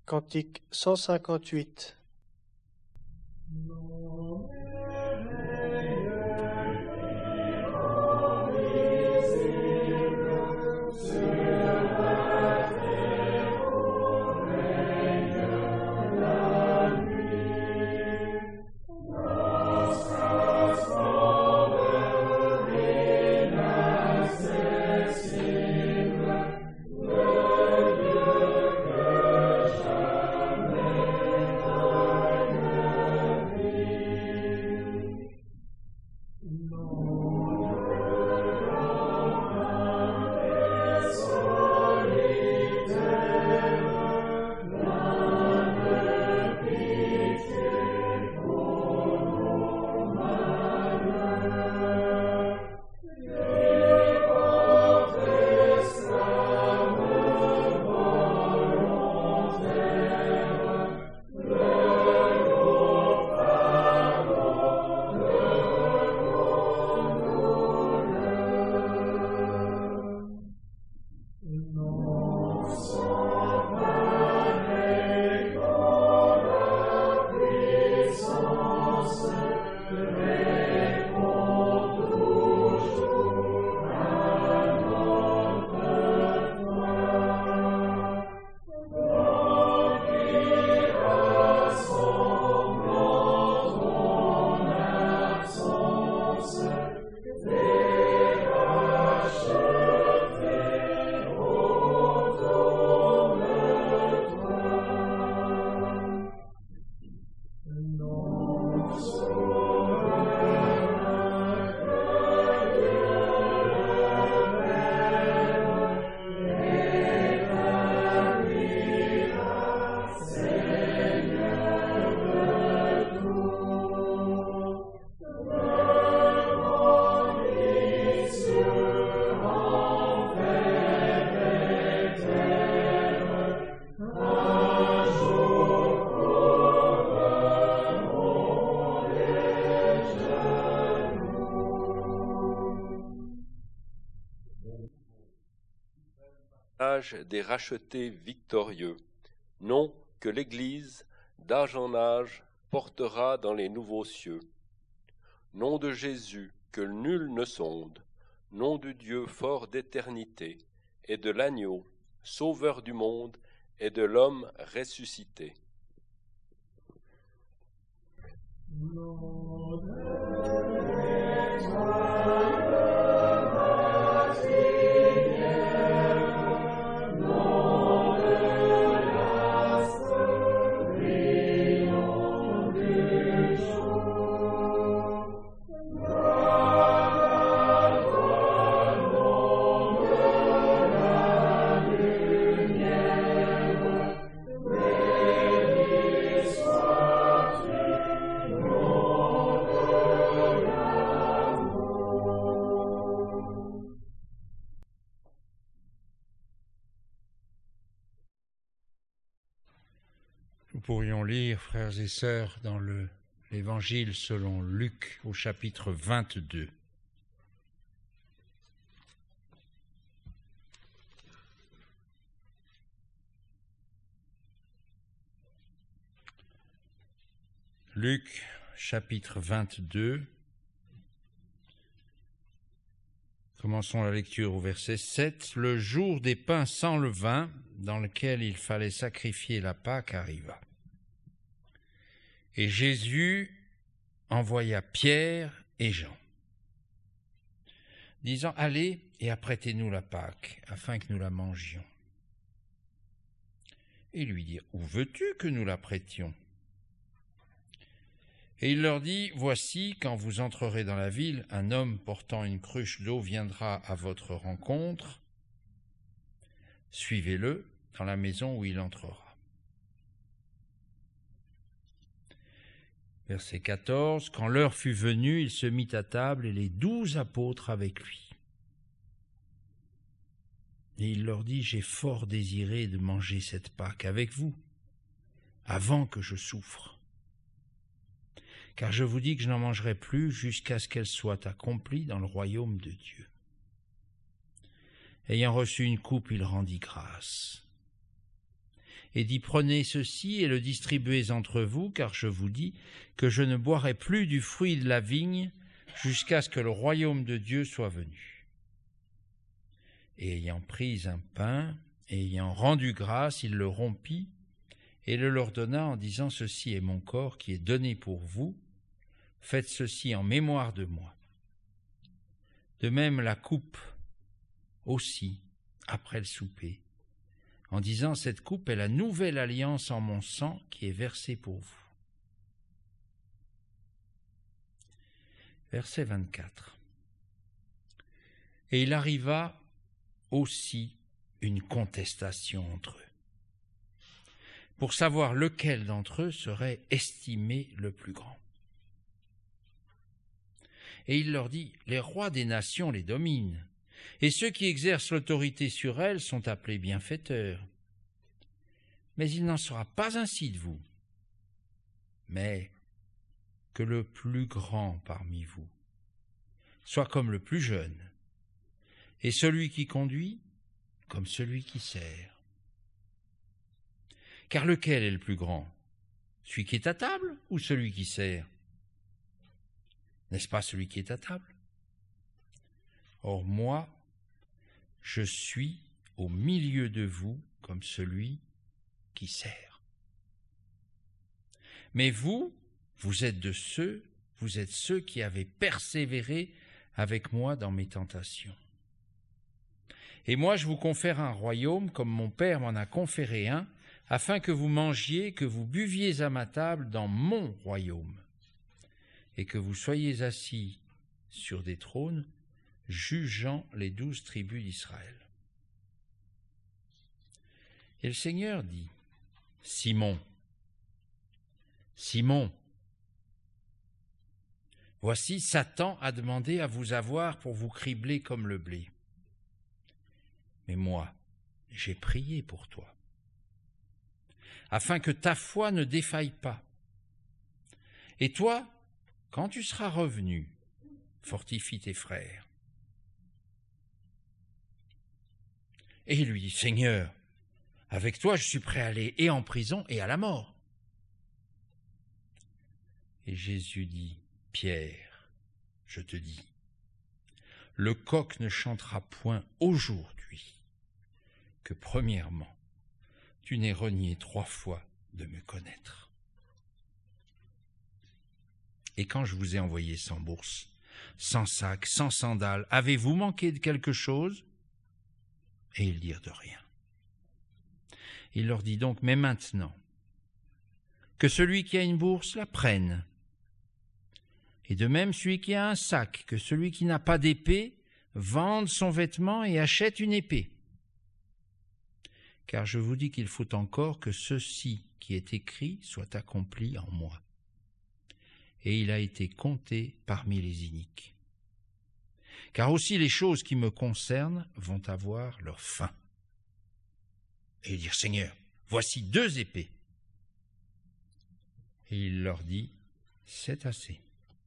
Cantique 158. Des rachetés victorieux, nom que l'Église, d'âge en âge, portera dans les nouveaux cieux. Nom de Jésus que nul ne sonde, nom de Dieu fort d'éternité, et de l'agneau, sauveur du monde, et de l'homme ressuscité. Nous pourrions lire, frères et sœurs, dans l'Évangile selon Luc, au chapitre 22. Luc, chapitre 22. Commençons la lecture au verset 7. Le jour des pains sans levain, dans lequel il fallait sacrifier la Pâque, arriva. Et Jésus envoya Pierre et Jean, disant « Allez et apprêtez-nous la Pâque, afin que nous la mangions. » Et lui dirent « Où veux-tu que nous l'apprêtions » Et il leur dit « Voici, quand vous entrerez dans la ville, un homme portant une cruche d'eau viendra à votre rencontre. Suivez-le dans la maison où il entrera. » Verset 14, « Quand l'heure fut venue, il se mit à table et les 12 apôtres avec lui. Et il leur dit, « J'ai fort désiré de manger cette Pâque avec vous, avant que je souffre. Car je vous dis que je n'en mangerai plus jusqu'à ce qu'elle soit accomplie dans le royaume de Dieu. » Ayant reçu une coupe, il rendit grâce. et dit « Prenez ceci et le distribuez entre vous, car je vous dis que je ne boirai plus du fruit de la vigne jusqu'à ce que le royaume de Dieu soit venu. » Et ayant pris un pain, et ayant rendu grâce, il le rompit et le leur donna en disant « Ceci est mon corps qui est donné pour vous, faites ceci en mémoire de moi. » De même la coupe aussi, après le souper, en disant « Cette coupe est la nouvelle alliance en mon sang qui est versée pour vous. » Verset 24. Et il arriva aussi une contestation entre eux, pour savoir lequel d'entre eux serait estimé le plus grand. Et il leur dit, les rois des nations les dominent, et ceux qui exercent l'autorité sur elles sont appelés bienfaiteurs. Mais il n'en sera pas ainsi de vous, mais que le plus grand parmi vous soit comme le plus jeune, et celui qui conduit comme celui qui sert. Car lequel est le plus grand, celui qui est à table ou celui qui sert? N'est-ce pas celui qui est à table? Or moi, je suis au milieu de vous comme celui qui sert. Mais vous êtes ceux qui avez persévéré avec moi dans mes tentations. Et moi, je vous confère un royaume comme mon Père m'en a conféré un, afin que vous mangiez, que vous buviez à ma table dans mon royaume, et que vous soyez assis sur des trônes, jugeant les 12 tribus d'Israël. Et le Seigneur dit, Simon, Simon, voici Satan a demandé à vous avoir pour vous cribler comme le blé. Mais moi, j'ai prié pour toi, afin que ta foi ne défaille pas. Et toi, quand tu seras revenu, fortifie tes frères. Et il lui dit, Seigneur, avec toi je suis prêt à aller et en prison et à la mort. Et Jésus dit, Pierre, je te dis, le coq ne chantera point aujourd'hui que premièrement, tu n'aies renié 3 fois de me connaître. Et quand je vous ai envoyé sans bourse, sans sac, sans sandales, avez-vous manqué de quelque chose? Et ils dirent de rien. Il leur dit donc, mais maintenant, que celui qui a une bourse la prenne. Et de même, celui qui a un sac, que celui qui n'a pas d'épée, vende son vêtement et achète une épée. Car je vous dis qu'il faut encore que ceci qui est écrit soit accompli en moi. Et il a été compté parmi les iniques. Car aussi les choses qui me concernent vont avoir leur fin. Et dire, Seigneur, voici 2 épées. Et il leur dit, c'est assez.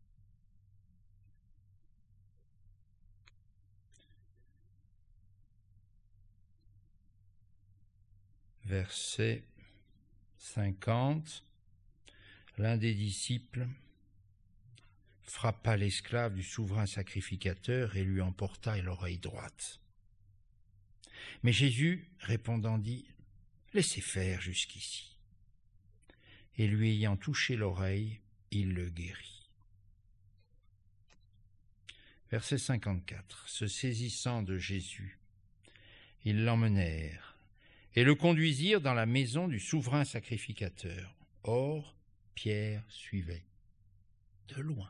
Verset 50, l'un des disciples frappa l'esclave du souverain sacrificateur et lui emporta l'oreille droite. Mais Jésus, répondant, dit, laissez faire jusqu'ici. Et lui ayant touché l'oreille, il le guérit. Verset 54, se saisissant de Jésus, ils l'emmenèrent et le conduisirent dans la maison du souverain sacrificateur. Or, Pierre suivait de loin.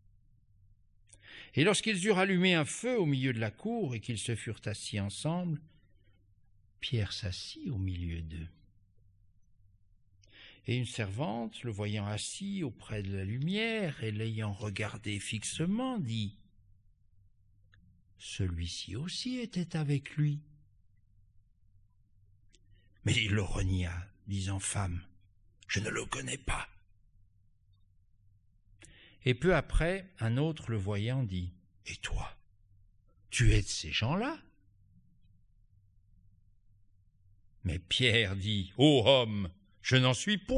Et lorsqu'ils eurent allumé un feu au milieu de la cour et qu'ils se furent assis ensemble, Pierre s'assit au milieu d'eux. Et une servante, le voyant assis auprès de la lumière et l'ayant regardé fixement, dit « Celui-ci aussi était avec lui. » Mais il le renia, disant « Femme, je ne le connais pas. » Et peu après, un autre le voyant dit « Et toi, tu es de ces gens-là » Mais Pierre dit, « Ô homme, je n'en suis point !»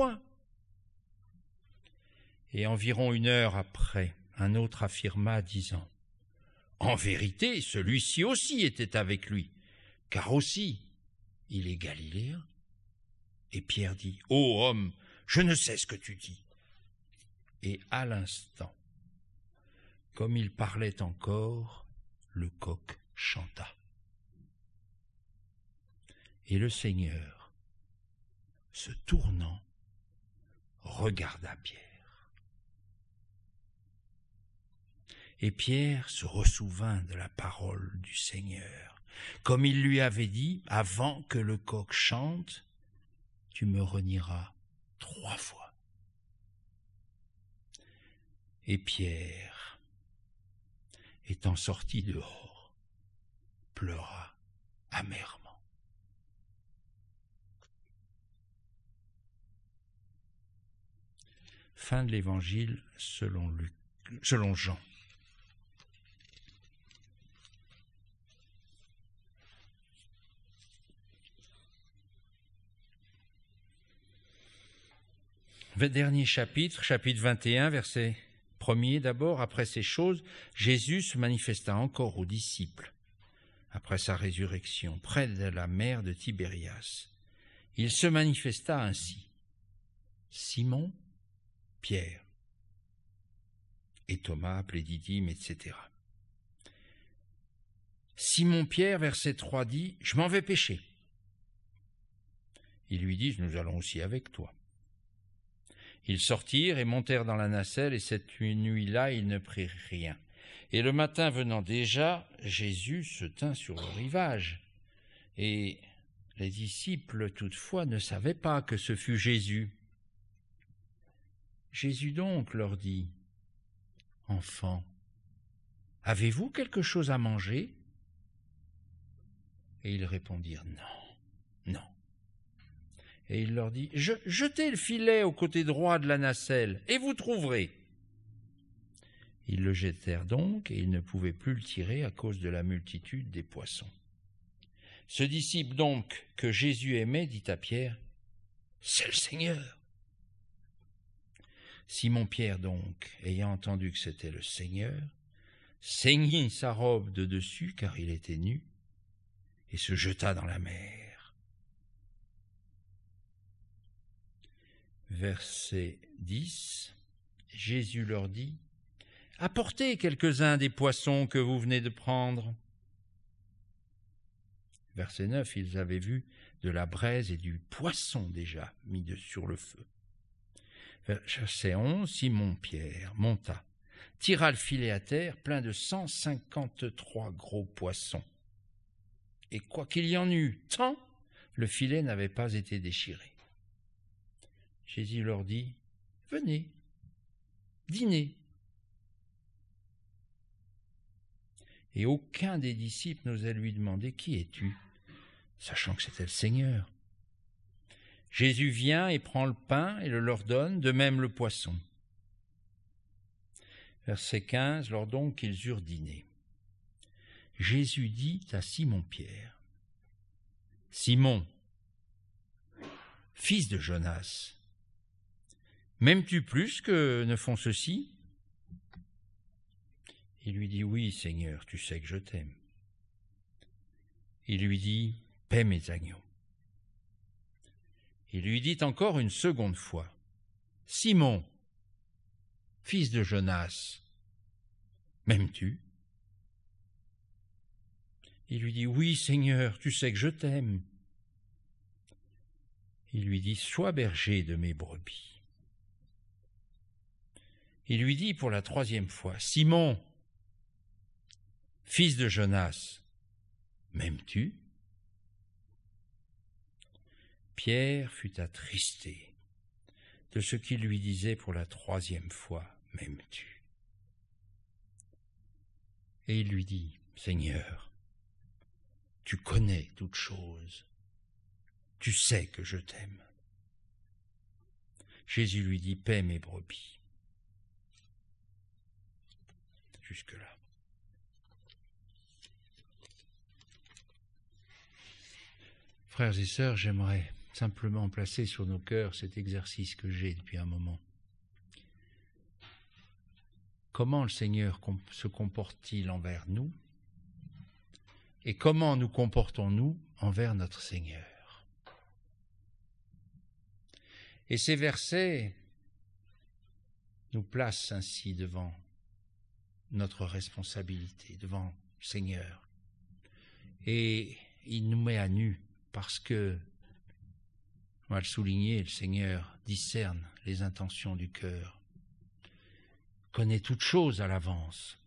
Et environ 1 heure après, un autre affirma, disant, « En vérité, celui-ci aussi était avec lui, car aussi il est galiléen. » Et Pierre dit, « Ô homme, je ne sais ce que tu dis. » Et à l'instant, comme il parlait encore, le coq chanta. Et le Seigneur, se tournant, regarda Pierre. Et Pierre se ressouvint de la parole du Seigneur, comme il lui avait dit, « Avant que le coq chante, tu me renieras 3 fois. » Et Pierre, étant sorti dehors, pleura amèrement. Fin de l'Évangile selon Jean. Dernier chapitre 21, verset 1er d'abord. Après ces choses, Jésus se manifesta encore aux disciples, après sa résurrection, près de la mer de Tibérias. Il se manifesta ainsi. Simon, Pierre et Thomas, appelé Didyme, etc. Simon-Pierre, verset 3, dit « Je m'en vais pêcher. » Ils lui disent « Nous allons aussi avec toi. » Ils sortirent et montèrent dans la nacelle, et cette nuit-là, ils ne prirent rien. Et le matin venant déjà, Jésus se tint sur le rivage. Et les disciples, toutefois, ne savaient pas que ce fût Jésus. Jésus donc leur dit, « Enfants, avez-vous quelque chose à manger ?» Et ils répondirent, « Non, non. » Et il leur dit, « Jetez le filet au côté droit de la nacelle, et vous trouverez. » Ils le jetèrent donc, et ils ne pouvaient plus le tirer à cause de la multitude des poissons. Ce disciple donc que Jésus aimait dit à Pierre, « C'est le Seigneur. » Simon-Pierre donc, ayant entendu que c'était le Seigneur, ceignit sa robe de dessus, car il était nu, et se jeta dans la mer. Verset 10, Jésus leur dit, « Apportez quelques-uns des poissons que vous venez de prendre. » Verset 9, ils avaient vu de la braise et du poisson déjà mis sur le feu. Verset 11, Simon-Pierre monta, tira le filet à terre, plein de 153 gros poissons. Et quoiqu'il y en eût tant, le filet n'avait pas été déchiré. Jésus leur dit, « Venez, dînez. » Et aucun des disciples n'osait lui demander, « Qui es-tu ?» sachant que c'était le Seigneur. Jésus vient et prend le pain et le leur donne, de même le poisson. Verset 15, lors donc qu'ils eurent dîné, Jésus dit à Simon-Pierre, « Simon, fils de Jonas, m'aimes-tu plus que ne font ceux-ci » Il lui dit, « Oui, Seigneur, tu sais que je t'aime. » Il lui dit, « Paie mes agneaux. » Il lui dit encore une seconde fois, « Simon, fils de Jonas, m'aimes-tu » Il lui dit, « Oui, Seigneur, tu sais que je t'aime. » Il lui dit, « Sois berger de mes brebis. » Il lui dit pour la 3e fois, « Simon, fils de Jonas, m'aimes-tu » Pierre fut attristé de ce qu'il lui disait pour la 3e fois, « M'aimes-tu » Et il lui dit, « Seigneur, tu connais toutes choses, tu sais que je t'aime. » Jésus lui dit, « Paie mes brebis. » Jusque-là. Frères et sœurs, j'aimerais simplement placer sur nos cœurs cet exercice que j'ai depuis un moment. Comment le Seigneur se comporte-t-il envers nous? Et comment nous comportons-nous envers notre Seigneur? Et ces versets nous placent ainsi devant notre responsabilité, devant le Seigneur. Et il nous met à nu parce que, on va le souligner, le Seigneur discerne les intentions du cœur, connaît toutes choses à l'avance.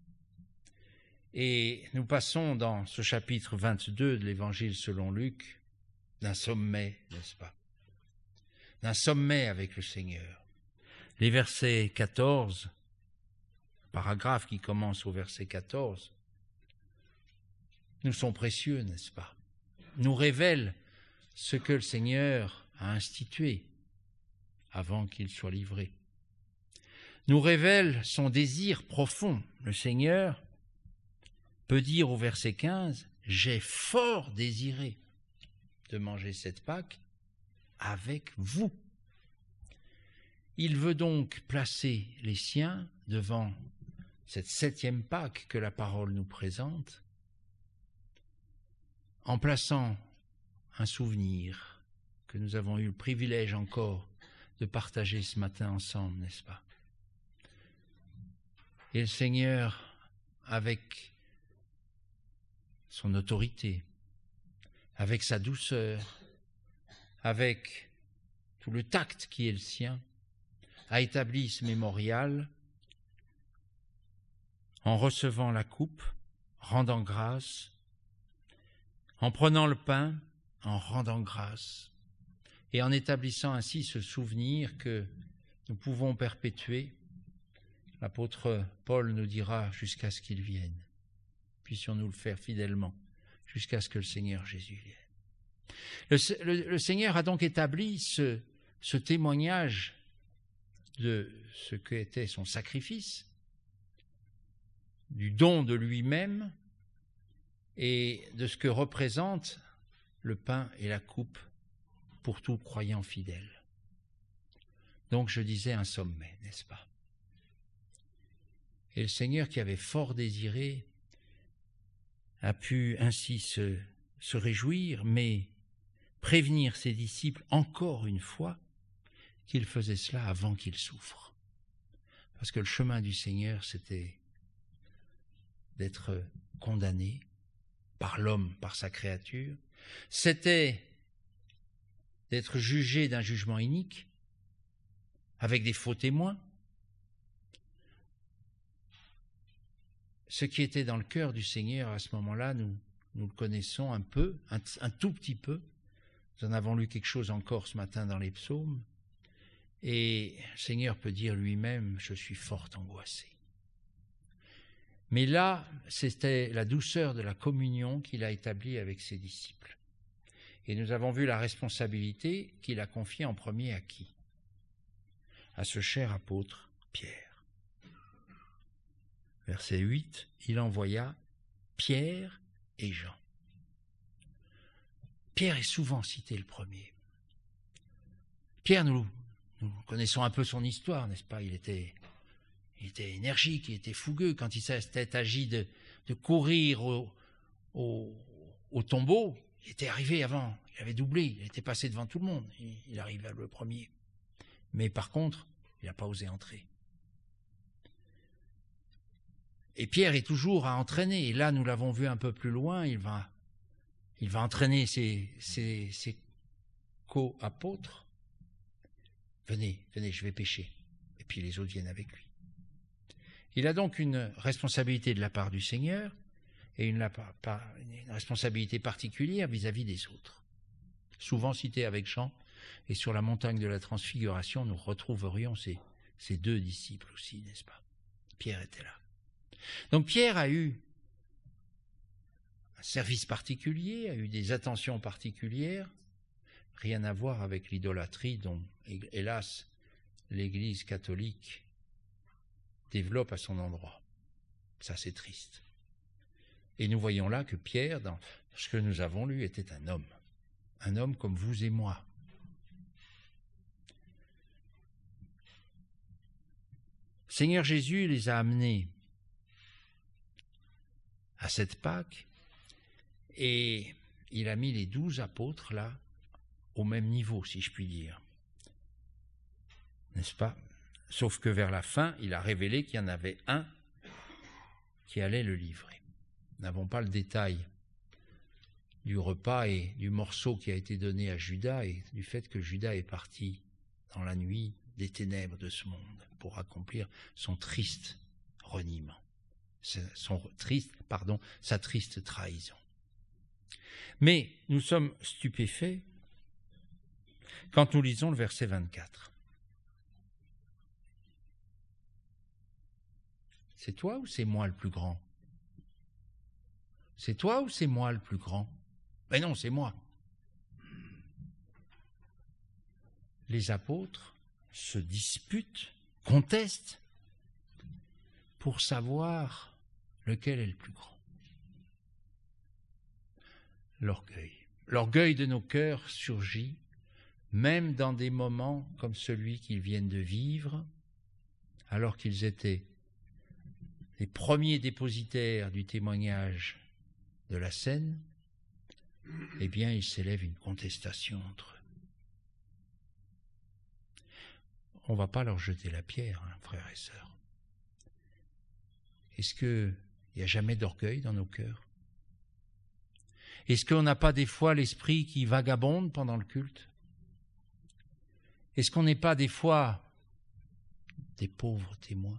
Et nous passons dans ce chapitre 22 de l'Évangile selon Luc d'un sommet, n'est-ce pas? D'un sommet avec le Seigneur. Les versets 14, paragraphe qui commence au verset 14, nous sont précieux, n'est-ce pas? Nous révèlent ce que le Seigneur a institué avant qu'il soit livré. Nous révèle son désir profond. Le Seigneur peut dire au verset 15, « J'ai fort désiré de manger cette Pâque avec vous. » Il veut donc placer les siens devant cette 7e Pâque que la parole nous présente, en plaçant un souvenir que nous avons eu le privilège encore de partager ce matin ensemble, n'est-ce pas? Et le Seigneur, avec son autorité, avec sa douceur, avec tout le tact qui est le sien, a établi ce mémorial en recevant la coupe, rendant grâce, en prenant le pain, en rendant grâce, et en établissant ainsi ce souvenir que nous pouvons perpétuer. L'apôtre Paul nous dira jusqu'à ce qu'il vienne. Puissions-nous le faire fidèlement jusqu'à ce que le Seigneur Jésus vienne. Le Seigneur a donc établi ce témoignage de ce qu'était son sacrifice, du don de lui-même et de ce que représente le pain et la coupe pour tout croyant fidèle. Donc je disais un sommet, n'est-ce pas? Et le Seigneur qui avait fort désiré a pu ainsi se réjouir, mais prévenir ses disciples encore une fois qu'il faisait cela avant qu'il souffre. Parce que le chemin du Seigneur, c'était d'être condamné par l'homme, par sa créature. C'était d'être jugé d'un jugement inique, avec des faux témoins. Ce qui était dans le cœur du Seigneur à ce moment-là, nous le connaissons un peu, un tout petit peu. Nous en avons lu quelque chose encore ce matin dans les psaumes. Et le Seigneur peut dire lui-même, je suis fort angoissé. Mais là, c'était la douceur de la communion qu'il a établie avec ses disciples. Et nous avons vu la responsabilité qu'il a confiée en premier à qui? À ce cher apôtre Pierre. Verset 8, il envoya Pierre et Jean. Pierre est souvent cité le premier. Pierre, nous connaissons un peu son histoire, n'est-ce pas? Il était énergique, il était fougueux. Quand il s'était agi de courir au tombeau, il était arrivé avant, il avait doublé, il était passé devant tout le monde, il arrivait le premier. Mais par contre, il n'a pas osé entrer. Et Pierre est toujours à entraîner, et là nous l'avons vu un peu plus loin, il va entraîner ses co-apôtres. Venez, je vais pêcher. Et puis les autres viennent avec lui. Il a donc une responsabilité de la part du Seigneur et une responsabilité particulière vis-à-vis des autres. Souvent cité avec Jean, et sur la montagne de la Transfiguration, nous retrouverions ces deux disciples aussi, n'est-ce pas? Pierre était là. Donc Pierre a eu un service particulier, a eu des attentions particulières, rien à voir avec l'idolâtrie dont, hélas, l'Église catholique développe à son endroit. Ça, c'est triste. Et nous voyons là que Pierre, dans ce que nous avons lu, était un homme. un homme comme vous et moi. Seigneur Jésus les a amenés à cette Pâque et il a mis les 12 apôtres là au même niveau, si je puis dire. N'est-ce pas? Sauf que vers la fin, il a révélé qu'il y en avait un qui allait le livrer. Nous n'avons pas le détail du repas et du morceau qui a été donné à Judas et du fait que Judas est parti dans la nuit des ténèbres de ce monde pour accomplir son triste reniement, sa triste trahison. Mais nous sommes stupéfaits quand nous lisons le verset 24. C'est toi ou c'est moi le plus grand? C'est toi ou c'est moi le plus grand? Mais non, c'est moi. Les apôtres se disputent, contestent pour savoir lequel est le plus grand. L'orgueil. L'orgueil de nos cœurs surgit même dans des moments comme celui qu'ils viennent de vivre, alors qu'ils étaient les premiers dépositaires du témoignage de la scène, eh bien, il s'élève une contestation entre eux. On ne va pas leur jeter la pierre, frères et sœurs. Est-ce qu'il n'y a jamais d'orgueil dans nos cœurs? Est-ce qu'on n'a pas des fois l'esprit qui vagabonde pendant le culte? Est-ce qu'on n'est pas des fois des pauvres témoins?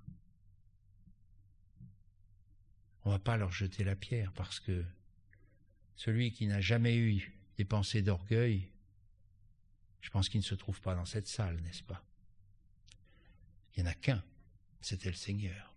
On ne va pas leur jeter la pierre parce que celui qui n'a jamais eu des pensées d'orgueil, je pense qu'il ne se trouve pas dans cette salle, n'est-ce pas? Il n'y en a qu'un, c'était le Seigneur.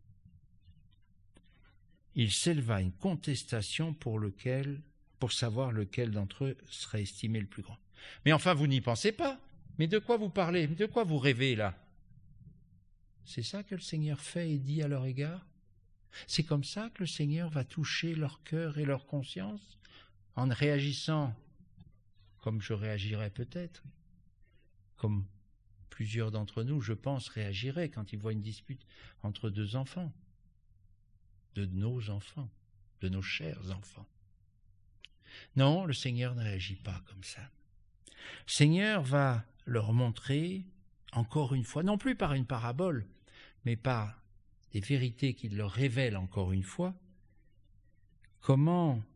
Il s'éleva une contestation pour savoir lequel d'entre eux serait estimé le plus grand. Mais enfin, vous n'y pensez pas. Mais de quoi vous parlez? De quoi vous rêvez là? C'est ça que le Seigneur fait et dit à leur égard? C'est comme ça que le Seigneur va toucher leur cœur et leur conscience en réagissant comme je réagirais peut-être, comme plusieurs d'entre nous, je pense, réagiraient quand ils voient une dispute entre deux enfants, de nos enfants, de nos chers enfants. Non, le Seigneur ne réagit pas comme ça. Le Seigneur va leur montrer, encore une fois, non plus par une parabole, mais par des vérités qu'il leur révèle encore une fois, comment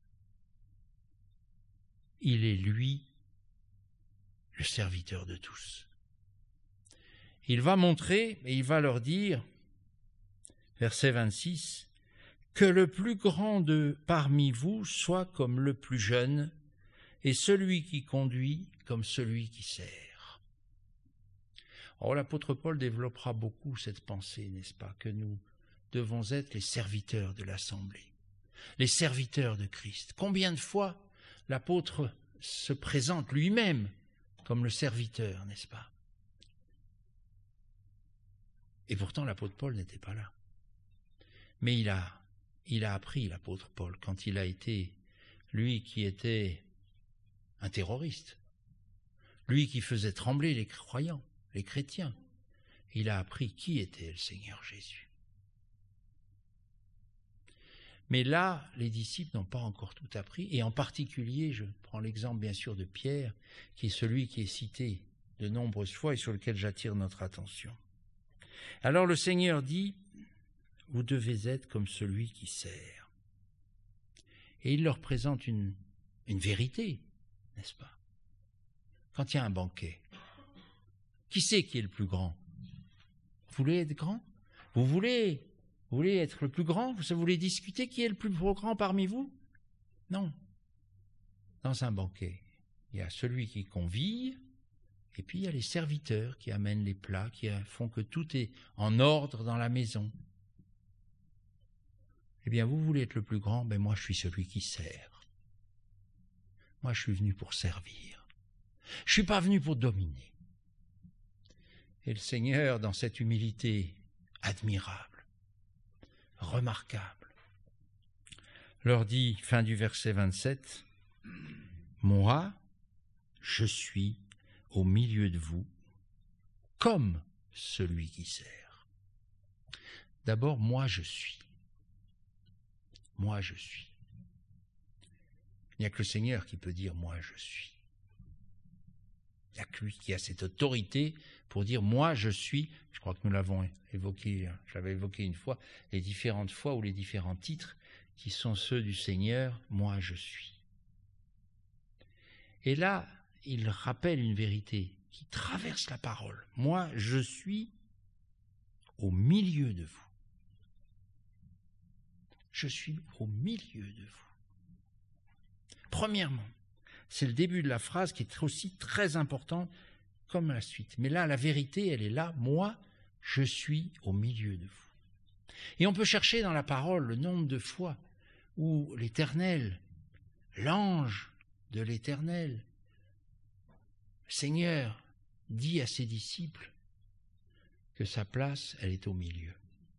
il est, lui, le serviteur de tous. Il va montrer, et il va leur dire, verset 26, « Que le plus grand parmi vous soit comme le plus jeune, et celui qui conduit comme celui qui sert. » Or, l'apôtre Paul développera beaucoup cette pensée, n'est-ce pas, que nous devons être les serviteurs de l'Assemblée, les serviteurs de Christ. Combien de fois l'apôtre se présente lui-même comme le serviteur, n'est-ce pas? Et pourtant, l'apôtre Paul n'était pas là. Mais il a appris, l'apôtre Paul, quand il a été, lui qui était un terroriste, lui qui faisait trembler les croyants, les chrétiens, il a appris qui était le Seigneur Jésus. Mais là, les disciples n'ont pas encore tout appris, et en particulier, je prends l'exemple bien sûr de Pierre, qui est celui qui est cité de nombreuses fois et sur lequel j'attire notre attention. Alors le Seigneur dit, « Vous devez être comme celui qui sert. » Et il leur présente une vérité, n'est-ce pas? Quand il y a un banquet, qui c'est qui est le plus grand? Vous voulez être grand? Vous voulez être le plus grand? Vous voulez discuter qui est le plus grand parmi vous? Non. Dans un banquet, il y a celui qui convie, et puis il y a les serviteurs qui amènent les plats, qui font que tout est en ordre dans la maison. Eh bien, vous voulez être le plus grand? Ben moi, je suis celui qui sert. Moi, je suis venu pour servir. Je ne suis pas venu pour dominer. Et le Seigneur, dans cette humilité admirable, remarquable, leur dit, fin du verset 27, « Moi, je suis au milieu de vous comme celui qui sert. D'abord, moi je suis. Moi je suis. Il n'y a que le Seigneur qui peut dire « moi je suis ». Il n'y a que lui qui a cette autorité pour dire « moi je suis ». Je crois que nous l'avons évoqué, je l'avais évoqué une fois, les différentes fois ou les différents titres qui sont ceux du Seigneur « moi je suis ». Et là, il rappelle une vérité qui traverse la parole. « Moi je suis au milieu de vous ». Je suis au milieu de vous. Premièrement, c'est le début de la phrase qui est aussi très important comme la suite. Mais là, la vérité, elle est là. Moi, je suis au milieu de vous. Et on peut chercher dans la parole le nombre de fois où l'Éternel, l'ange de l'Éternel, le Seigneur, dit à ses disciples que sa place, elle est au milieu.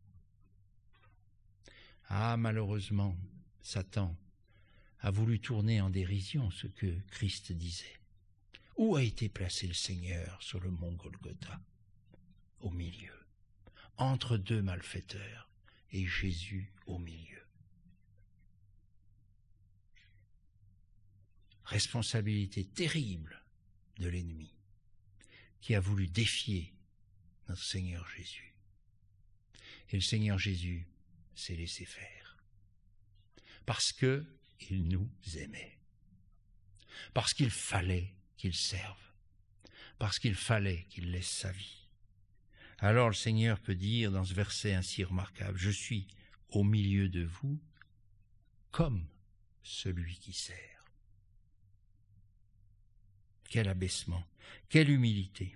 Ah, malheureusement, Satan a voulu tourner en dérision ce que Christ disait. Où a été placé le Seigneur sur le mont Golgotha? Au milieu, entre deux malfaiteurs, et Jésus au milieu. Responsabilité terrible de l'ennemi qui a voulu défier notre Seigneur Jésus. Et le Seigneur Jésus s'est laissé faire. Parce que il nous aimait. Parce qu'il fallait qu'il serve. Parce qu'il fallait qu'il laisse sa vie. Alors le Seigneur peut dire dans ce verset ainsi remarquable, « Je suis au milieu de vous comme celui qui sert. » Quel abaissement, quelle humilité,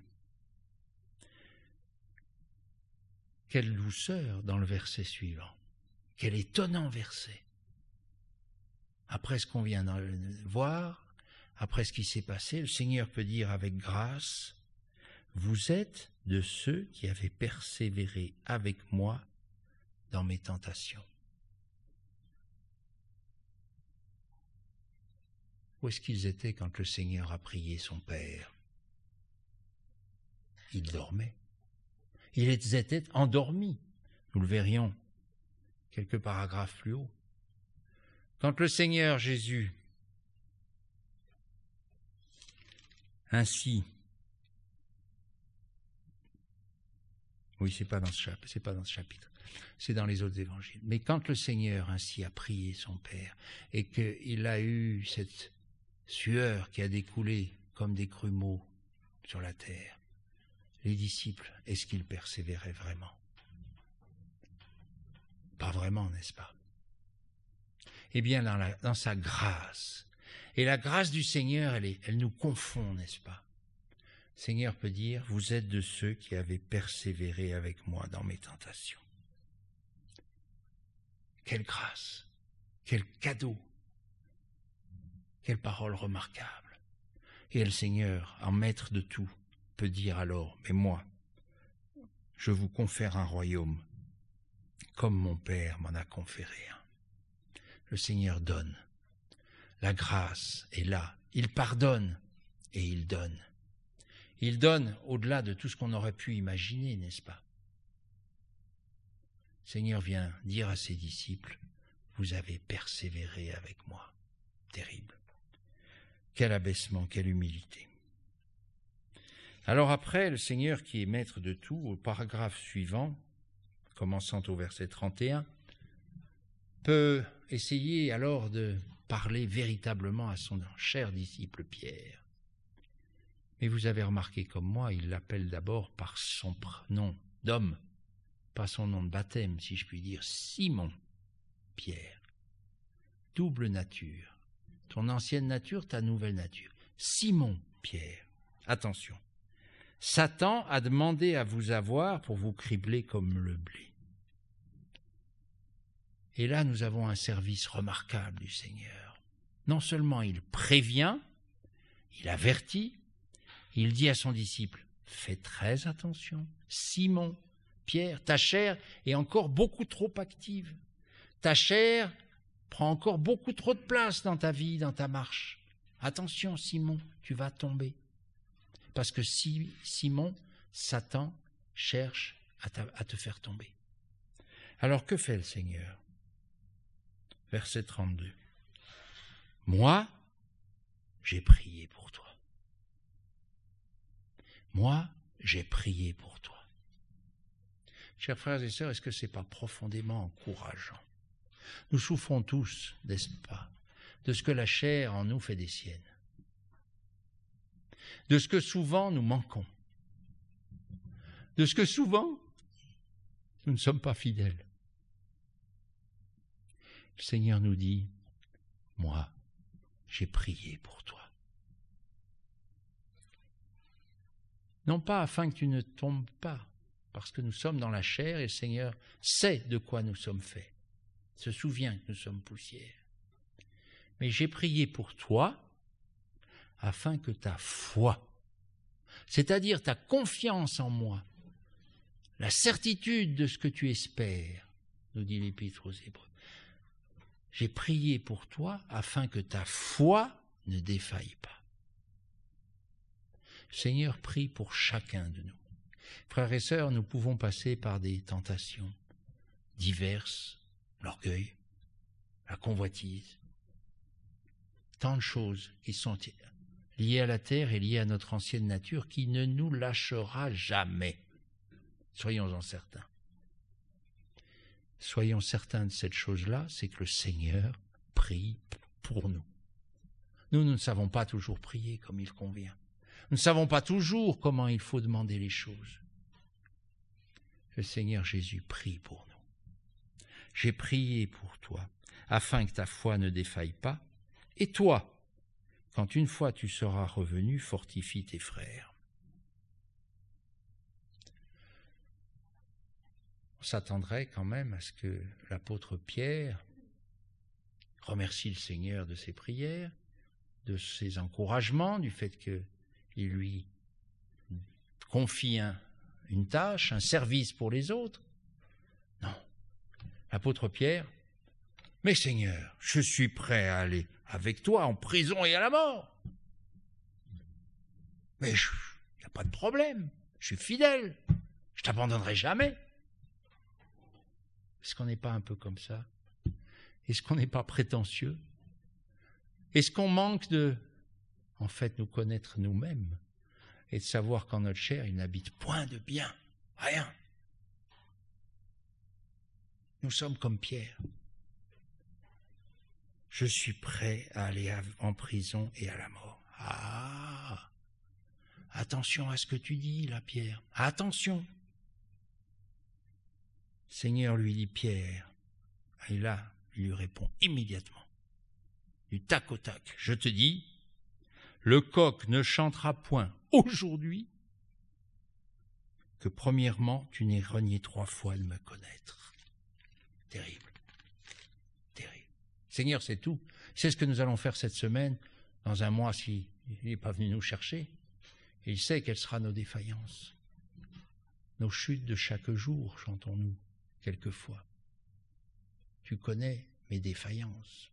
quelle douceur dans le verset suivant, quel étonnant verset. Après ce qu'on vient de voir, après ce qui s'est passé, le Seigneur peut dire avec grâce, « Vous êtes de ceux qui avaient persévéré avec moi dans mes tentations. » Où est-ce qu'ils étaient quand le Seigneur a prié son Père? Ils dormaient. Ils étaient endormis. Nous le verrions quelques paragraphes plus haut. Quand le Seigneur Jésus ainsi, oui, c'est pas dans ce chapitre, c'est dans les autres évangiles. Mais quand le Seigneur ainsi a prié son Père et qu'il a eu cette sueur qui a découlé comme des grumeaux sur la terre, les disciples, est-ce qu'ils persévéraient vraiment? Pas vraiment, n'est-ce pas? Eh bien, dans sa grâce, et la grâce du Seigneur, elle nous confond, n'est-ce pas? Le Seigneur peut dire, vous êtes de ceux qui avaient persévéré avec moi dans mes tentations. Quelle grâce, quel cadeau, quelle parole remarquable. Et le Seigneur, en maître de tout, peut dire alors, mais moi, je vous confère un royaume, comme mon Père m'en a conféré un. Le Seigneur donne. La grâce est là. Il pardonne et il donne. Il donne au-delà de tout ce qu'on aurait pu imaginer, n'est-ce pas? Le Seigneur vient dire à ses disciples, vous avez persévéré avec moi. Terrible. Quel abaissement, quelle humilité. Alors après, le Seigneur qui est maître de tout, au paragraphe suivant, commençant au verset 31, peut essayer alors de parler véritablement à son cher disciple Pierre. Mais vous avez remarqué comme moi, il l'appelle d'abord par son nom d'homme, pas son nom de baptême, si je puis dire, Simon Pierre. Double nature. Ton ancienne nature, ta nouvelle nature. Simon Pierre. Attention. Satan a demandé à vous avoir pour vous cribler comme le blé. Et là, nous avons un service remarquable du Seigneur. Non seulement il prévient, il avertit, il dit à son disciple, fais très attention, Simon, Pierre, ta chair est encore beaucoup trop active. Ta chair prend encore beaucoup trop de place dans ta vie, dans ta marche. Attention Simon, tu vas tomber. Parce que si Simon, Satan, cherche à te faire tomber. Alors que fait le Seigneur? Verset 32. Moi, j'ai prié pour toi. Moi, j'ai prié pour toi. Chers frères et sœurs, est-ce que ce n'est pas profondément encourageant? Nous souffrons tous, n'est-ce pas, de ce que la chair en nous fait des siennes, de ce que souvent nous manquons, de ce que souvent nous ne sommes pas fidèles. Le Seigneur nous dit, moi, j'ai prié pour toi. Non pas afin que tu ne tombes pas, parce que nous sommes dans la chair et le Seigneur sait de quoi nous sommes faits, se souvient que nous sommes poussière. Mais j'ai prié pour toi afin que ta foi, c'est-à-dire ta confiance en moi, la certitude de ce que tu espères, nous dit l'Épître aux Hébreux. J'ai prié pour toi afin que ta foi ne défaille pas. Le Seigneur prie pour chacun de nous. Frères et sœurs, nous pouvons passer par des tentations diverses, l'orgueil, la convoitise, tant de choses qui sont liées à la terre et liées à notre ancienne nature qui ne nous lâchera jamais. Soyons-en certains. Soyons certains de cette chose-là, c'est que le Seigneur prie pour nous. Nous ne savons pas toujours prier comme il convient. Nous ne savons pas toujours comment il faut demander les choses. Le Seigneur Jésus prie pour nous. J'ai prié pour toi, afin que ta foi ne défaille pas. Et toi, quand une fois tu seras revenu, fortifie tes frères. On s'attendrait quand même à ce que l'apôtre Pierre remercie le Seigneur de ses prières, de ses encouragements, du fait qu'il lui confie une tâche, un service pour les autres. Non. L'apôtre Pierre, « Mais Seigneur, je suis prêt à aller avec toi en prison et à la mort. Mais il n'y a pas de problème, je suis fidèle, je ne t'abandonnerai jamais. » Est-ce qu'on n'est pas un peu comme ça? Est-ce qu'on n'est pas prétentieux? Est-ce qu'on manque de, en fait, nous connaître nous-mêmes et de savoir qu'en notre chair, il n'habite point de bien, rien. Nous sommes comme Pierre. Je suis prêt à aller en prison et à la mort. Ah! Attention à ce que tu dis, là, Pierre. Attention! Seigneur lui dit, Pierre, et là, il lui répond immédiatement, du tac au tac, je te dis, le coq ne chantera point aujourd'hui que premièrement, tu n'aies renié 3 fois de me connaître. Terrible, terrible. Seigneur, c'est tout. C'est ce que nous allons faire cette semaine, dans un mois, s'il n'est pas venu nous chercher. Et il sait quelles seront nos défaillances. Nos chutes de chaque jour, chantons-nous. Quelquefois. Tu connais mes défaillances.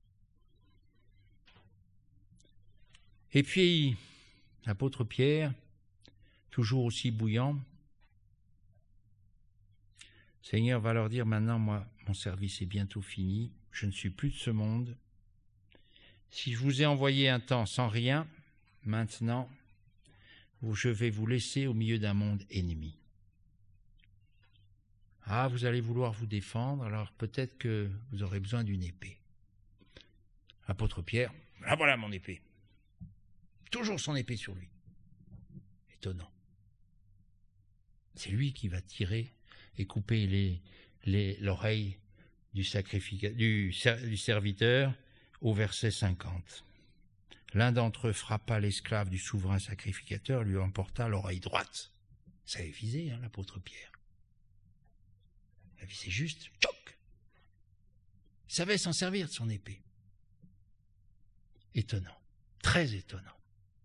Et puis, l'apôtre Pierre, toujours aussi bouillant, Seigneur va leur dire, maintenant, moi, mon service est bientôt fini, je ne suis plus de ce monde. Si je vous ai envoyé un temps sans rien, maintenant, je vais vous laisser au milieu d'un monde ennemi. Ah, vous allez vouloir vous défendre, alors peut-être que vous aurez besoin d'une épée. L'apôtre Pierre, ah voilà mon épée. Toujours son épée sur lui. Étonnant. C'est lui qui va tirer et couper l'oreille du serviteur au verset 50. L'un d'entre eux frappa l'esclave du souverain sacrificateur, lui emporta l'oreille droite. Ça avait visé, l'apôtre Pierre. C'est juste, tchoc. Il savait s'en servir de son épée. Étonnant, très étonnant.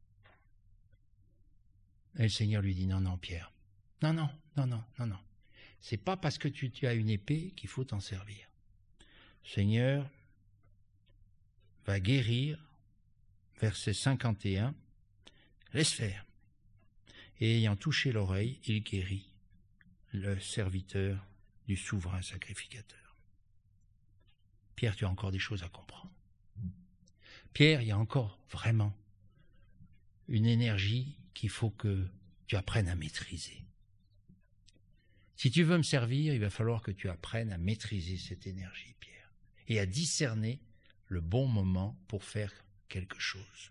Et le Seigneur lui dit, non, Pierre, non. C'est pas parce que tu as une épée qu'il faut t'en servir. Le Seigneur va guérir, verset 51, « Laisse faire. » Et ayant touché l'oreille, il guérit le serviteur du souverain sacrificateur. Pierre, tu as encore des choses à comprendre. Pierre, il y a encore vraiment une énergie qu'il faut que tu apprennes à maîtriser. Si tu veux me servir, il va falloir que tu apprennes à maîtriser cette énergie, Pierre, et à discerner le bon moment pour faire quelque chose.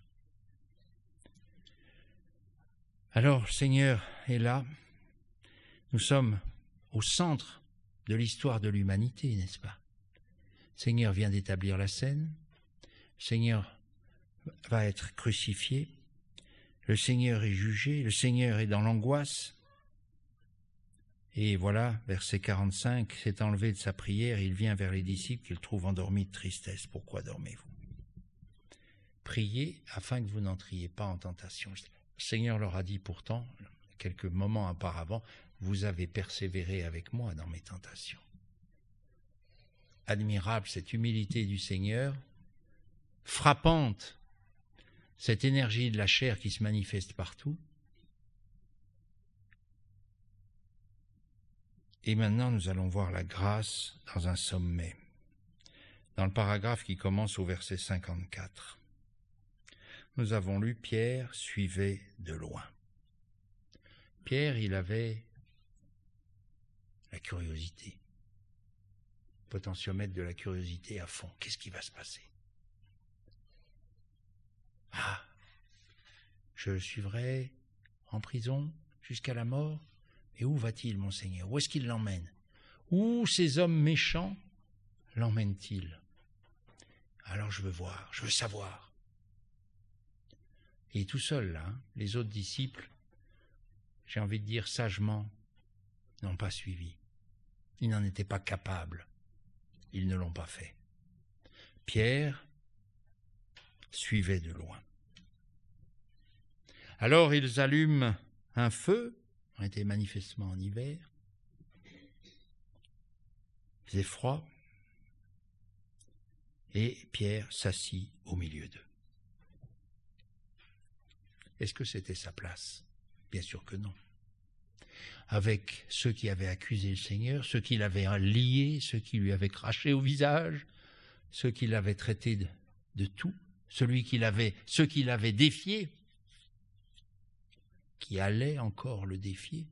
Alors, le Seigneur est là. Nous sommes au centre de l'histoire de l'humanité, n'est-ce pas? Le Seigneur vient d'établir la scène. Le Seigneur va être crucifié. Le Seigneur est jugé. Le Seigneur est dans l'angoisse. Et voilà, verset 45, s'est enlevé de sa prière, il vient vers les disciples qu'il trouve endormis de tristesse. Pourquoi dormez-vous? Priez afin que vous n'entriez pas en tentation. Le Seigneur leur a dit pourtant, quelques moments auparavant, vous avez persévéré avec moi dans mes tentations. Admirable cette humilité du Seigneur, frappante cette énergie de la chair qui se manifeste partout. Et maintenant, nous allons voir la grâce dans un sommet, dans le paragraphe qui commence au verset 54. Nous avons lu « Pierre suivait de loin ». Pierre, il avait la curiosité, le potentiomètre de la curiosité à fond. Qu'est-ce qui va se passer? Ah, je le suivrai en prison jusqu'à la mort? Et où va-t-il, mon Seigneur? Où est-ce qu'il l'emmène? Où ces hommes méchants l'emmènent-ils? Alors je veux voir, je veux savoir. Et tout seul, là, les autres disciples, j'ai envie de dire sagement, n'ont pas suivi. Ils n'en étaient pas capables. Ils ne l'ont pas fait. Pierre suivait de loin. Alors ils allument un feu. On était manifestement en hiver. Il faisait froid. Et Pierre s'assit au milieu d'eux. Est-ce que c'était sa place? Bien sûr que non. Avec ceux qui avaient accusé le Seigneur, ceux qui l'avaient lié, ceux qui lui avaient craché au visage, ceux qui l'avaient traité de tout, ceux qui l'avaient défié, qui allait encore le défier.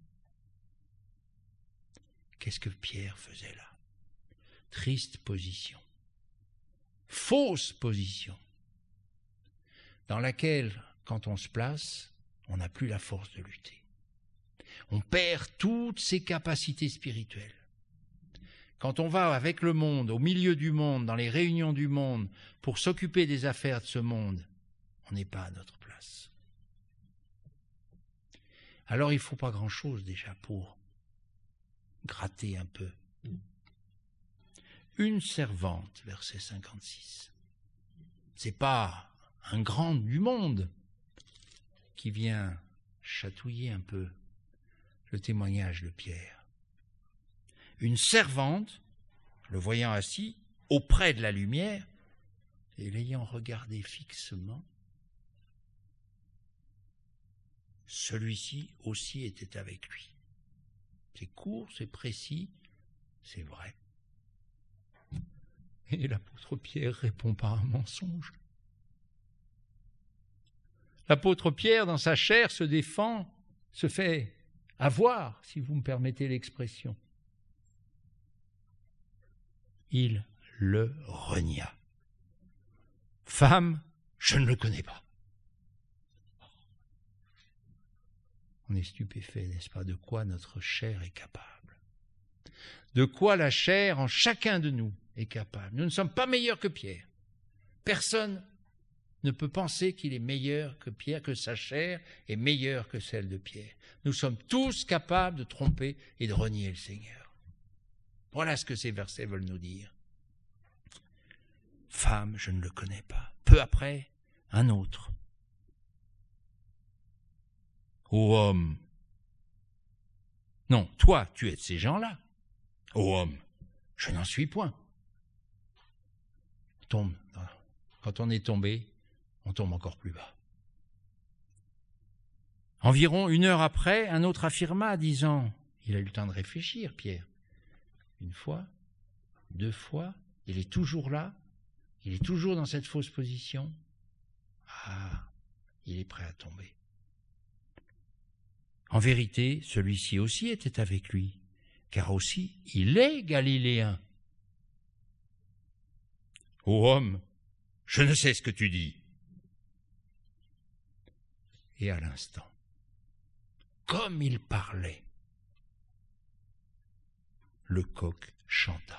Qu'est-ce que Pierre faisait là? Triste position, fausse position, dans laquelle, quand on se place, on n'a plus la force de lutter. On perd toutes ses capacités spirituelles. Quand on va avec le monde, au milieu du monde, dans les réunions du monde, pour s'occuper des affaires de ce monde, on n'est pas à notre place. Alors il ne faut pas grand-chose déjà pour gratter un peu. Une servante, verset 56. Ce n'est pas un grand du monde qui vient chatouiller un peu le témoignage de Pierre. Une servante, le voyant assis auprès de la lumière et l'ayant regardé fixement, celui-ci aussi était avec lui. C'est court, c'est précis, c'est vrai. Et l'apôtre Pierre répond par un mensonge. L'apôtre Pierre, dans sa chair, se défend, se fait avoir, si vous me permettez l'expression. Il le renia. Femme, je ne le connais pas. On est stupéfait, n'est-ce pas, de quoi notre chair est capable. De quoi la chair en chacun de nous est capable. Nous ne sommes pas meilleurs que Pierre. Personne ne peut penser qu'il est meilleur que Pierre, que sa chair est meilleure que celle de Pierre. Nous sommes tous capables de tromper et de renier le Seigneur. Voilà ce que ces versets veulent nous dire. Femme, je ne le connais pas. Peu après, un autre. Ô homme, non, toi, tu es de ces gens-là. Ô homme, je n'en suis point. Quand on est tombé, on tombe encore plus bas. Environ 1 heure après, un autre affirma, disant, il a eu le temps de réfléchir, Pierre. 1 fois, 2 fois, il est toujours là, il est toujours dans cette fausse position. Ah, il est prêt à tomber. En vérité, celui-ci aussi était avec lui, car aussi il est galiléen. Ô homme, je ne sais ce que tu dis. Et à l'instant, comme il parlait, le coq chanta.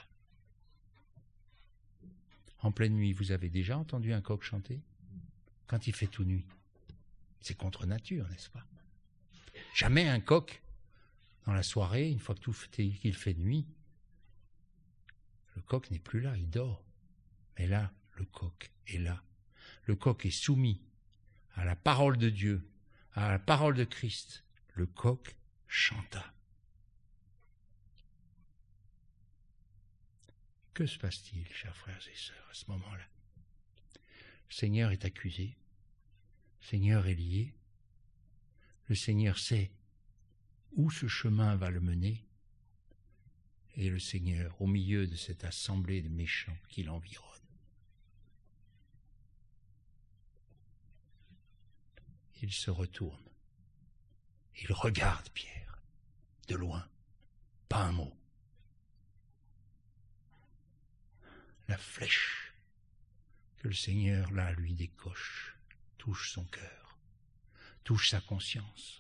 En pleine nuit, vous avez déjà entendu un coq chanter? Quand il fait tout nuit. C'est contre nature, n'est-ce pas? Jamais un coq, dans la soirée, une fois qu'il fait nuit, le coq n'est plus là, il dort. Mais là, le coq est là. Le coq est soumis à la parole de Dieu, à la parole de Christ. Le coq chanta. Que se passe-t-il, chers frères et sœurs, à ce moment-là? Le Seigneur est accusé, le Seigneur est lié, le Seigneur sait où ce chemin va le mener, et le Seigneur, au milieu de cette assemblée de méchants qui l'environnent, il se retourne, il regarde Pierre, de loin, pas un mot. La flèche que le Seigneur, là, lui décoche, touche son cœur, touche sa conscience.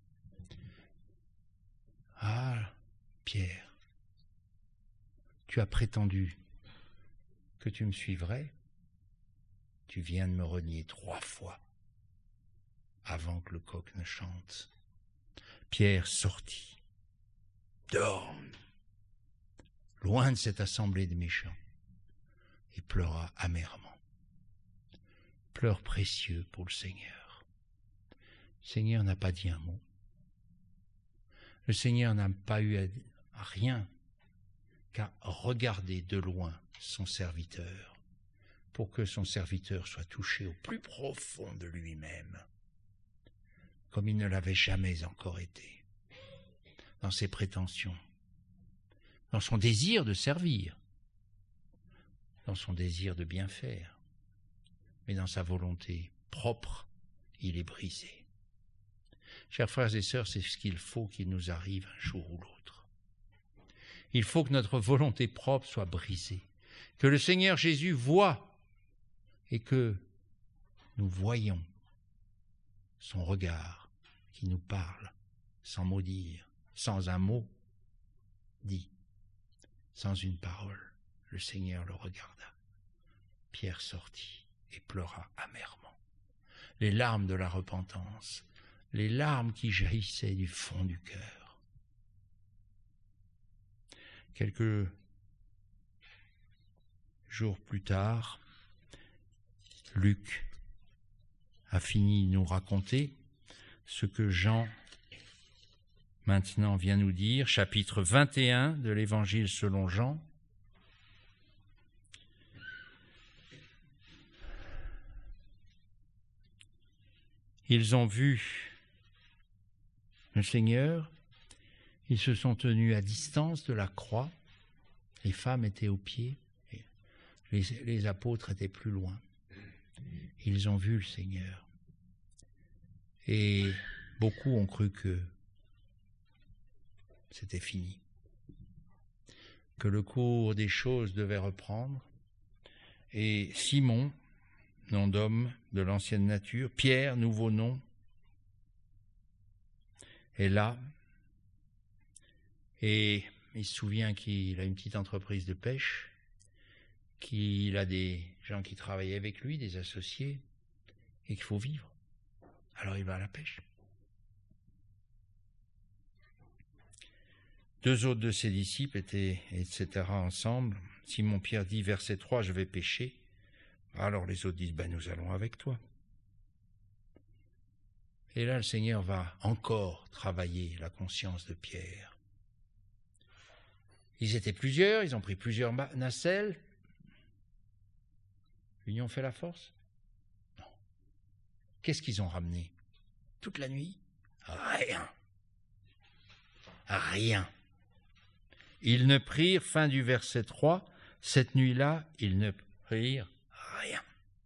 Ah, Pierre, tu as prétendu que tu me suivrais, tu viens de me renier 3 fois avant que le coq ne chante. Pierre sortit, dehors, loin de cette assemblée de méchants, et pleura amèrement. Pleurs précieux pour le Seigneur. Le Seigneur n'a pas dit un mot. Le Seigneur n'a pas eu à rien qu'à regarder de loin son serviteur pour que son serviteur soit touché au plus profond de lui-même, comme il ne l'avait jamais encore été, dans ses prétentions, dans son désir de servir, dans son désir de bien faire, mais dans sa volonté propre, il est brisé. Chers frères et sœurs, c'est ce qu'il faut qu'il nous arrive un jour ou l'autre. Il faut que notre volonté propre soit brisée, que le Seigneur Jésus voie et que nous voyons son regard qui nous parle sans mot dire, sans un mot dit, sans une parole. Le Seigneur le regarda. Pierre sortit et pleura amèrement. Les larmes de la repentance, les larmes qui jaillissaient du fond du cœur. Quelques jours plus tard, Luc a fini de nous raconter ce que Jean maintenant vient nous dire, chapitre 21 de l'Évangile selon Jean. Ils ont vu le Seigneur, ils se sont tenus à distance de la croix, les femmes étaient au pied, les apôtres étaient plus loin. Ils ont vu le Seigneur. Et beaucoup ont cru que c'était fini, que le cours des choses devait reprendre. Et Simon, nom d'homme de l'ancienne nature, Pierre, nouveau nom, est là. Et il se souvient qu'il a une petite entreprise de pêche, qu'il a des gens qui travaillent avec lui, des associés, et qu'il faut vivre. Alors il va à la pêche. 2 autres de ses disciples étaient, etc., ensemble. Simon-Pierre dit, verset 3, « Je vais pêcher ». Alors les autres disent, « Nous allons avec toi ». Et là, le Seigneur va encore travailler la conscience de Pierre. Ils étaient plusieurs, ils ont pris plusieurs nacelles. L'union fait la force? Non. Qu'est-ce qu'ils ont ramené toute la nuit? Rien. Rien. Ils ne prirent, fin du verset 3, cette nuit-là, ils ne prirent rien.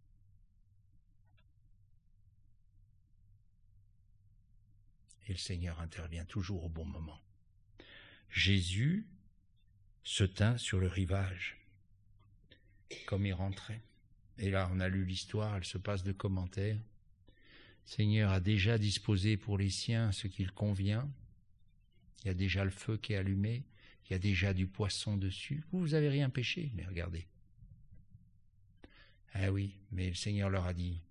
Et le Seigneur intervient toujours au bon moment. Jésus se tint sur le rivage, comme il rentrait. Et là, on a lu l'histoire, elle se passe de commentaires. Le Seigneur a déjà disposé pour les siens ce qu'il convient. Il y a déjà le feu qui est allumé, il y a déjà du poisson dessus. Vous n'avez rien pêché, mais regardez. Ah oui, mais le Seigneur leur a dit,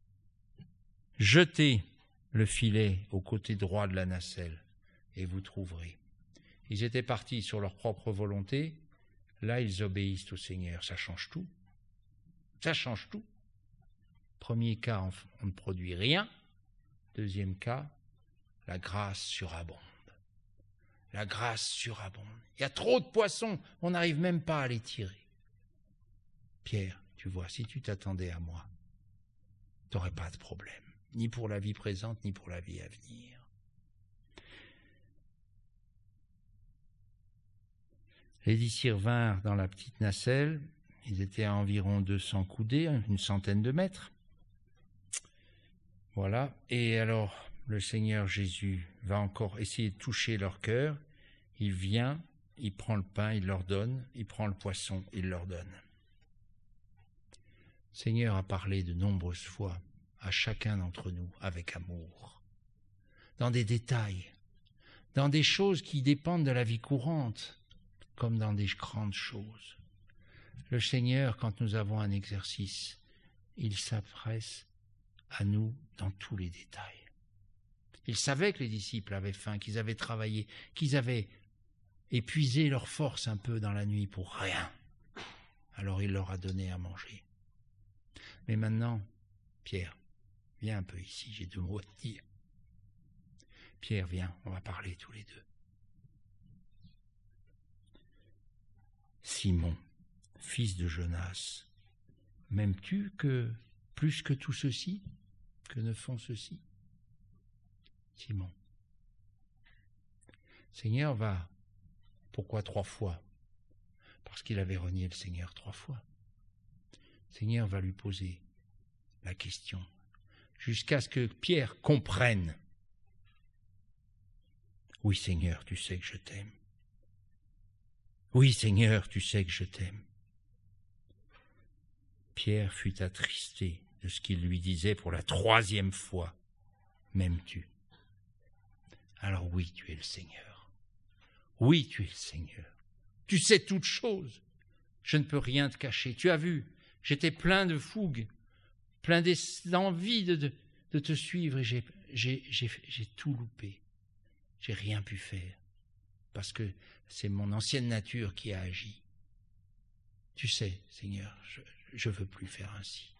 jetez le filet au côté droit de la nacelle et vous trouverez. Ils étaient partis sur leur propre volonté, là ils obéissent au Seigneur, ça change tout. Ça change tout. Premier cas, on ne produit rien. Deuxième cas, la grâce surabonde. La grâce surabonde. Il y a trop de poissons, on n'arrive même pas à les tirer. Pierre, tu vois, si tu t'attendais à moi, tu n'aurais pas de problème, ni pour la vie présente, ni pour la vie à venir. Les disciples vinrent dans la petite nacelle, ils étaient à environ 200 coudées, une centaine de mètres. Voilà, et alors le Seigneur Jésus va encore essayer de toucher leur cœur. Il vient, il prend le pain, il leur donne, il prend le poisson, il leur donne. Le Seigneur a parlé de nombreuses fois à chacun d'entre nous avec amour, dans des détails, dans des choses qui dépendent de la vie courante, comme dans des grandes choses. Le Seigneur, quand nous avons un exercice, il s'adresse à nous dans tous les détails. Il savait que les disciples avaient faim, qu'ils avaient travaillé, qu'ils avaient épuisé leur force un peu dans la nuit pour rien. Alors il leur a donné à manger. Mais maintenant, Pierre, viens un peu ici, j'ai 2 mots à te dire. Pierre, viens, on va parler tous les deux. Simon, fils de Jonas, m'aimes-tu plus que tout ceci, que ne font ceux-ci? Simon. Seigneur va. Pourquoi 3 fois? Parce qu'il avait renié le Seigneur 3 fois. Seigneur va lui poser la question, jusqu'à ce que Pierre comprenne. Oui, Seigneur, tu sais que je t'aime. Oui, Seigneur, tu sais que je t'aime. Pierre fut attristé de ce qu'il lui disait pour la 3e fois. M'aimes-tu? Alors oui, tu es le Seigneur. Oui, tu es le Seigneur. Tu sais toutes choses. Je ne peux rien te cacher. Tu as vu, j'étais plein de fougue, plein d'envie de te suivre et j'ai tout loupé. J'ai rien pu faire parce que c'est mon ancienne nature qui a agi. Tu sais, Seigneur, je veux plus faire ainsi.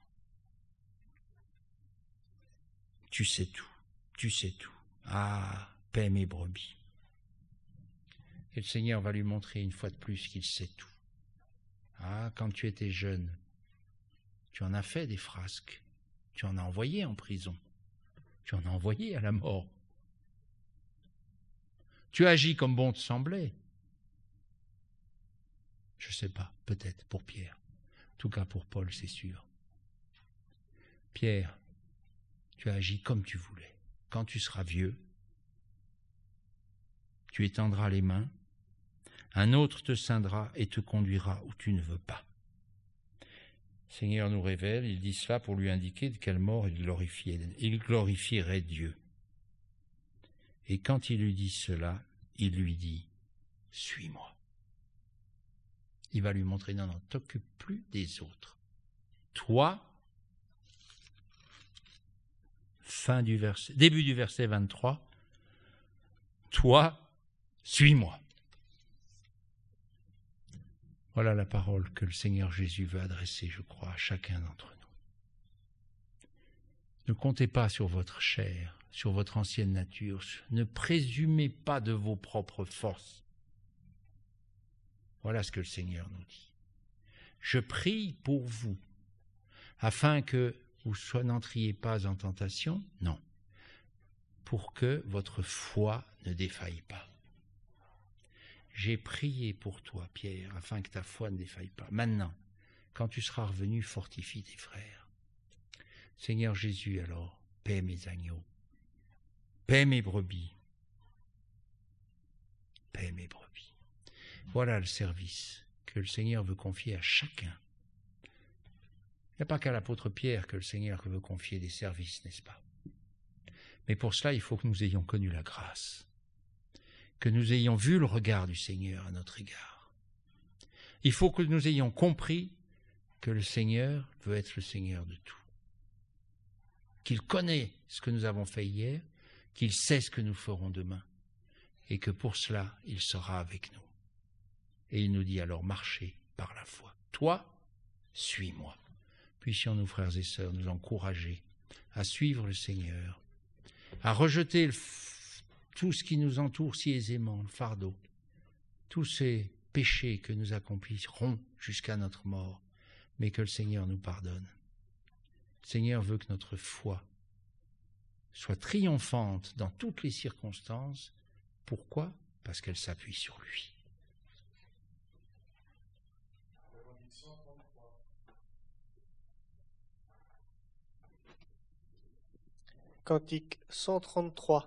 Tu sais tout, tu sais tout. Ah, paie mes brebis. Et le Seigneur va lui montrer une fois de plus qu'il sait tout. Ah, quand tu étais jeune, tu en as fait des frasques, tu en as envoyé en prison, tu en as envoyé à la mort. Tu as agi comme bon te semblait. Je ne sais pas, peut-être pour Pierre. En tout cas pour Paul, c'est sûr. Pierre, tu as agi comme tu voulais. Quand tu seras vieux, tu étendras les mains, un autre te ceindra et te conduira où tu ne veux pas. Le Seigneur nous révèle, il dit cela pour lui indiquer de quelle mort il glorifierait Dieu. Et quand il lui dit cela, il lui dit « Suis-moi ». Il va lui montrer « Non, t'occupe plus des autres. Toi », début du verset 23, « Toi, suis-moi ». Voilà la parole que le Seigneur Jésus veut adresser, je crois, à chacun d'entre nous. Ne comptez pas sur votre chair, sur votre ancienne nature. Ne présumez pas de vos propres forces. Voilà ce que le Seigneur nous dit. Je prie pour vous, afin que vous n'entriez pas en tentation, non, pour que votre foi ne défaille pas. J'ai prié pour toi, Pierre, afin que ta foi ne défaille pas. Maintenant, quand tu seras revenu, fortifie tes frères. Seigneur Jésus, alors, paie mes agneaux, paie mes brebis, paie mes brebis. Voilà le service que le Seigneur veut confier à chacun. Il n'y a pas qu'à l'apôtre Pierre que le Seigneur veut confier des services, n'est-ce pas? Mais pour cela, il faut que nous ayons connu la grâce, que nous ayons vu le regard du Seigneur à notre égard. Il faut que nous ayons compris que le Seigneur veut être le Seigneur de tout, qu'il connaît ce que nous avons fait hier, qu'il sait ce que nous ferons demain, et que pour cela, il sera avec nous. Et il nous dit alors, marchez par la foi. Toi, suis-moi. Puissions-nous, frères et sœurs, nous encourager à suivre le Seigneur, à rejeter tout ce qui nous entoure si aisément, le fardeau, tous ces péchés que nous accomplirons jusqu'à notre mort, mais que le Seigneur nous pardonne. Le Seigneur veut que notre foi soit triomphante dans toutes les circonstances. Pourquoi? Parce qu'elle s'appuie sur lui. Cantique 133.